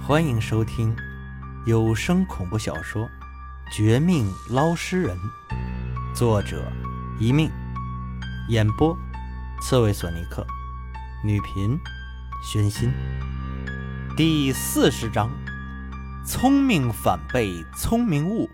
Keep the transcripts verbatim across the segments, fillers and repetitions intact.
欢迎收听有声恐怖小说《绝命捞尸人》，作者一命，演播刺猬索尼克，女频宣心。第四十章，聪明反被聪明误。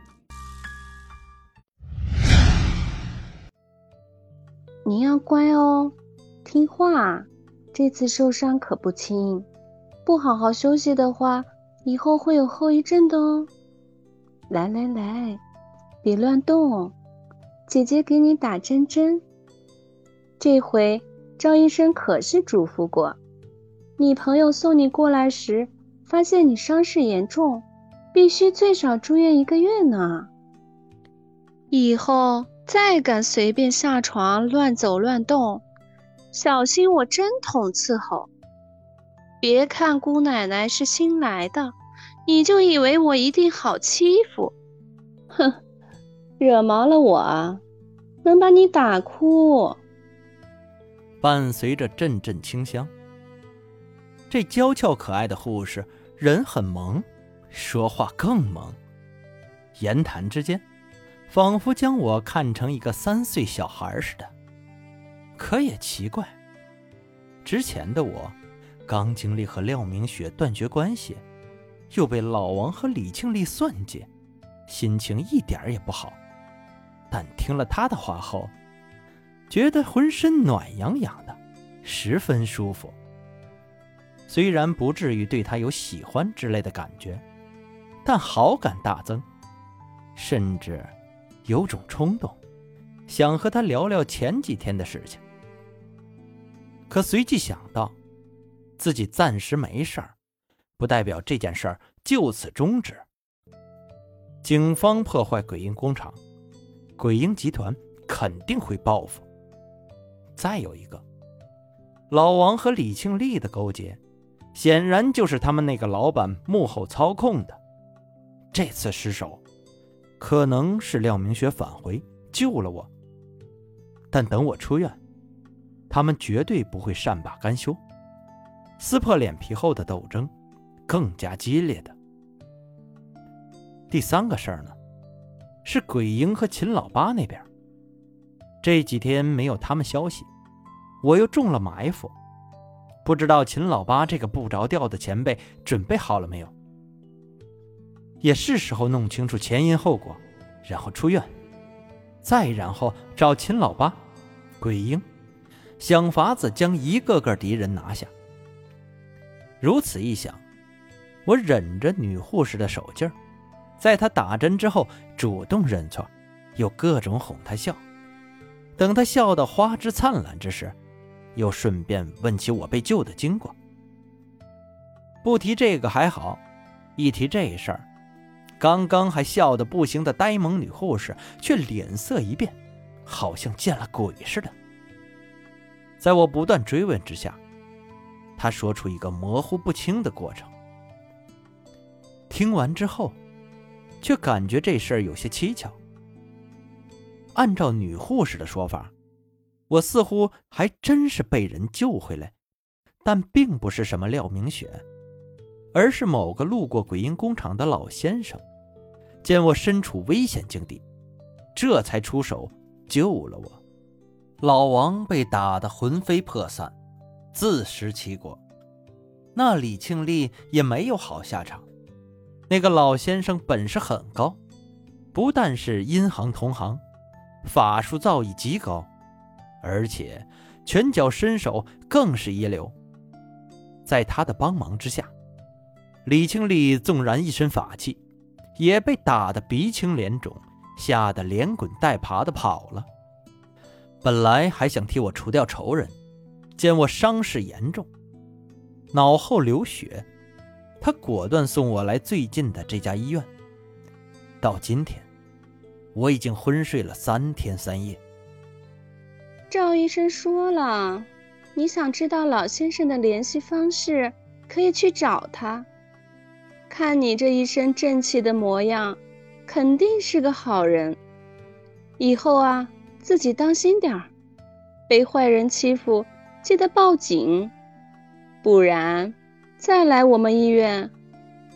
你要乖哦，听话，这次受伤可不轻，不好好休息的话，以后会有后遗症的哦。来来来，别乱动，姐姐给你打针针。这回赵医生可是嘱咐过，你朋友送你过来时，发现你伤势严重，必须最少住院一个月呢。以后再敢随便下床乱走乱动，小心我针筒伺候。别看姑奶奶是新来的，你就以为我一定好欺负。哼，惹毛了我啊，能把你打哭。 伴随着阵阵清香，这娇俏可爱的护士人很萌，说话更萌，言谈之间仿佛将我看成一个三岁小孩似的。可也奇怪，之前的我刚经历和廖明雪断绝关系，又被老王和李庆丽算计，心情一点也不好。但听了他的话后，觉得浑身暖洋洋的，十分舒服。虽然不至于对他有喜欢之类的感觉，但好感大增，甚至有种冲动，想和他聊聊前几天的事情。可随即想到，自己暂时没事儿，不代表这件事儿就此终止。警方破坏鬼婴工厂，鬼婴集团肯定会报复。再有一个，老王和李庆丽的勾结，显然就是他们那个老板幕后操控的。这次失手，可能是廖明雪返回救了我，但等我出院，他们绝对不会善罢甘休，撕破脸皮后的斗争更加激烈的。第三个事儿呢，是鬼婴和秦老八那边。这几天没有他们消息，我又中了埋伏，不知道秦老八这个不着调的前辈准备好了没有。也是时候弄清楚前因后果，然后出院，再然后找秦老八、鬼婴，想法子将一个个敌人拿下。如此一想，我忍着女护士的手劲儿，在她打针之后主动认错，又各种哄她笑。等她笑到花枝灿烂之时，又顺便问起我被救的经过。不提这个还好，一提这事儿，刚刚还笑得不行的呆萌女护士却脸色一变，好像见了鬼似的。在我不断追问之下，她说出一个模糊不清的过程。听完之后，却感觉这事儿有些蹊跷。按照女护士的说法，我似乎还真是被人救回来，但并不是什么廖明雪，而是某个路过鬼婴工厂的老先生，见我身处危险境地，这才出手救了我。老王被打得魂飞魄散，自食其果，那李庆丽也没有好下场。那个老先生本事很高，不但是阴行同行，法术造诣极高，而且拳脚身手更是一流。在他的帮忙之下，李庆丽纵然一身法器，也被打得鼻青脸肿，吓得连滚带爬地跑了。本来还想替我除掉仇人，见我伤势严重，脑后流血，他果断送我来最近的这家医院。到今天，我已经昏睡了三天三夜。 赵医生说了，你想知道老先生的联系方式，可以去找他。看你这一身正气的模样，肯定是个好人。以后啊，自己当心点儿，被坏人欺负，记得报警，不然再来我们医院，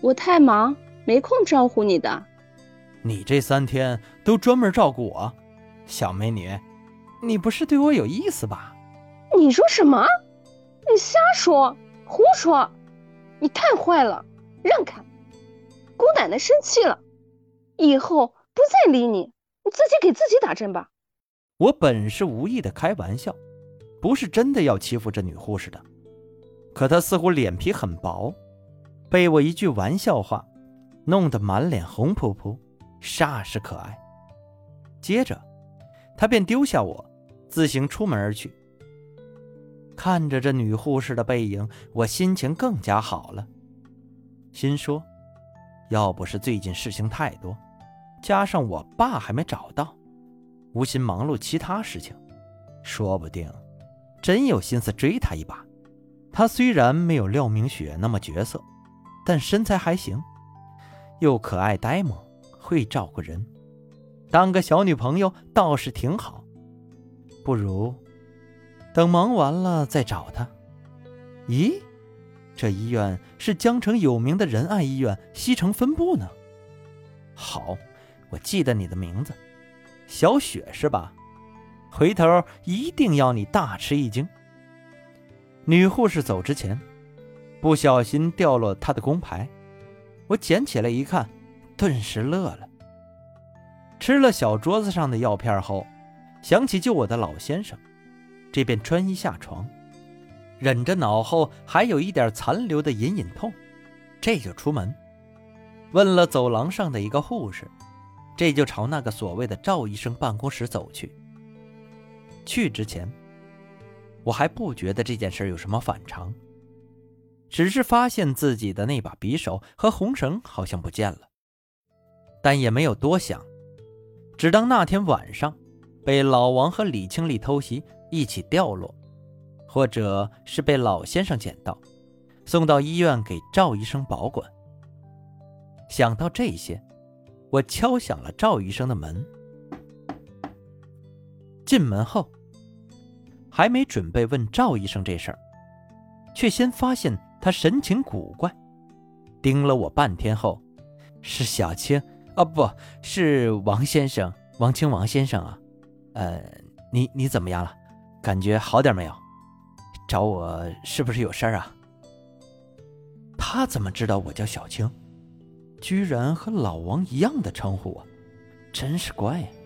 我太忙，没空招呼你的。 你这三天都专门照顾我，小美女，你不是对我有意思吧？ 你说什么？你瞎说，胡说！你太坏了，让开！姑奶奶生气了，以后不再理你，你自己给自己打针吧。 我本是无意的开玩笑，不是真的要欺负这女护士的，可她似乎脸皮很薄，被我一句玩笑话弄得满脸红扑扑，煞是可爱。接着她便丢下我，自行出门而去。看着这女护士的背影，我心情更加好了，心说要不是最近事情太多，加上我爸还没找到，无心忙碌其他事情，说不定真有心思追她一把。她虽然没有廖明雪那么绝色，但身材还行，又可爱呆萌，会照顾人，当个小女朋友倒是挺好。不如等忙完了再找她。咦，这医院是江城有名的仁爱医院西城分部呢。好，我记得你的名字，小雪是吧？回头一定要你大吃一惊。女护士走之前，不小心掉落她的工牌，我捡起来一看，顿时乐了。吃了小桌子上的药片后，想起救我的老先生，这便穿衣下床，忍着脑后还有一点残留的隐隐痛，这就出门，问了走廊上的一个护士，这就朝那个所谓的赵医生办公室走去。去之前我还不觉得这件事有什么反常，只是发现自己的那把匕首和红绳好像不见了，但也没有多想，只当那天晚上被老王和李清丽偷袭一起掉落，或者是被老先生捡到送到医院给赵医生保管。想到这些，我敲响了赵医生的门。进门后还没准备问赵医生这事儿，却先发现他神情古怪，盯了我半天后，是小青啊，不是王先生，王清王先生啊，呃，你你怎么样了？感觉好点没有？找我是不是有事儿啊？他怎么知道我叫小青？居然和老王一样的称呼我，真是怪呀！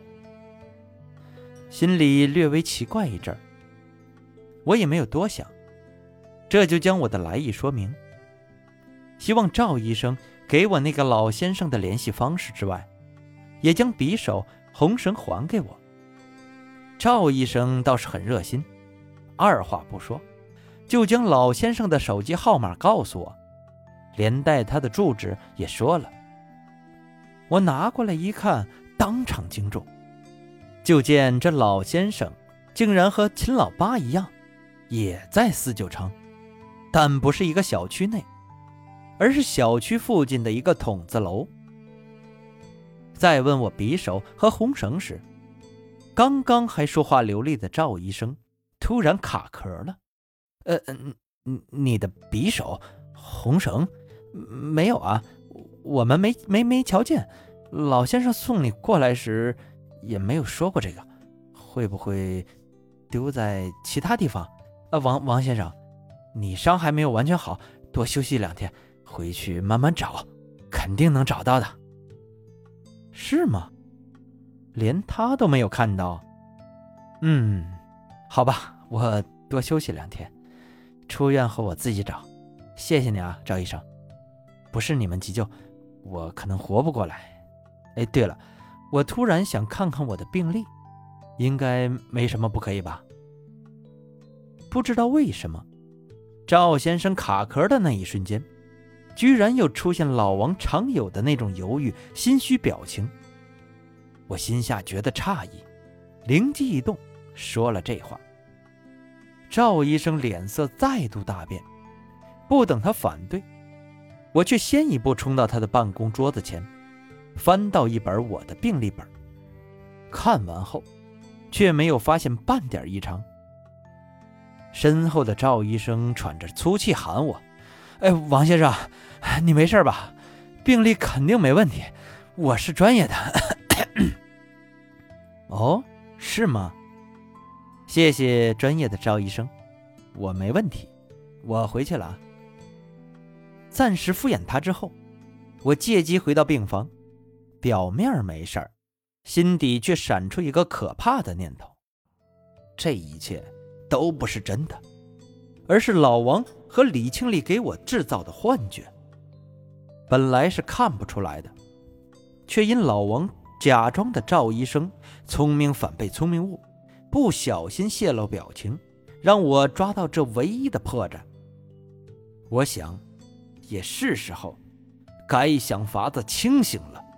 心里略微奇怪一阵，我也没有多想，这就将我的来意说明，希望赵医生给我那个老先生的联系方式之外，也将匕首、红绳还给我。赵医生倒是很热心，二话不说就将老先生的手机号码告诉我，连带他的住址也说了。我拿过来一看，当场惊中，就见这老先生竟然和秦老八一样，也在四九城，但不是一个小区内，而是小区附近的一个筒子楼。再问我匕首和红绳时，刚刚还说话流利的赵医生突然卡壳了。呃，你的匕首、红绳？没有啊，我们没没没瞧见。老先生送你过来时也没有说过这个，会不会丢在其他地方？呃，王王先生，你伤还没有完全好，多休息两天，回去慢慢找，肯定能找到的。是吗？连他都没有看到？嗯，好吧，我多休息两天，出院后我自己找。谢谢你啊，赵医生，不是你们急救，我可能活不过来。哎，对了，我突然想看看我的病历，应该没什么不可以吧？不知道为什么，赵先生卡壳的那一瞬间，居然又出现老王常有的那种犹豫、心虚表情。我心下觉得诧异，灵机一动，说了这话。赵医生脸色再度大变，不等他反对，我却先一步冲到他的办公桌子前，翻到一本我的病历本，看完后却没有发现半点异常。身后的赵医生喘着粗气喊我：哎，王先生，你没事吧？ 病历肯定没问题，我是专业的。哦，是吗？谢谢专业的赵医生，我没问题，我回去了啊。暂时敷衍他之后，我借机回到病房，表面没事儿，心底却闪出一个可怕的念头：这一切都不是真的，而是老王和李庆利给我制造的幻觉。本来是看不出来的，却因老王假装的赵医生聪明反被聪明误，不小心泄露表情，让我抓到这唯一的破绽。我想，也是时候该想法子清醒了。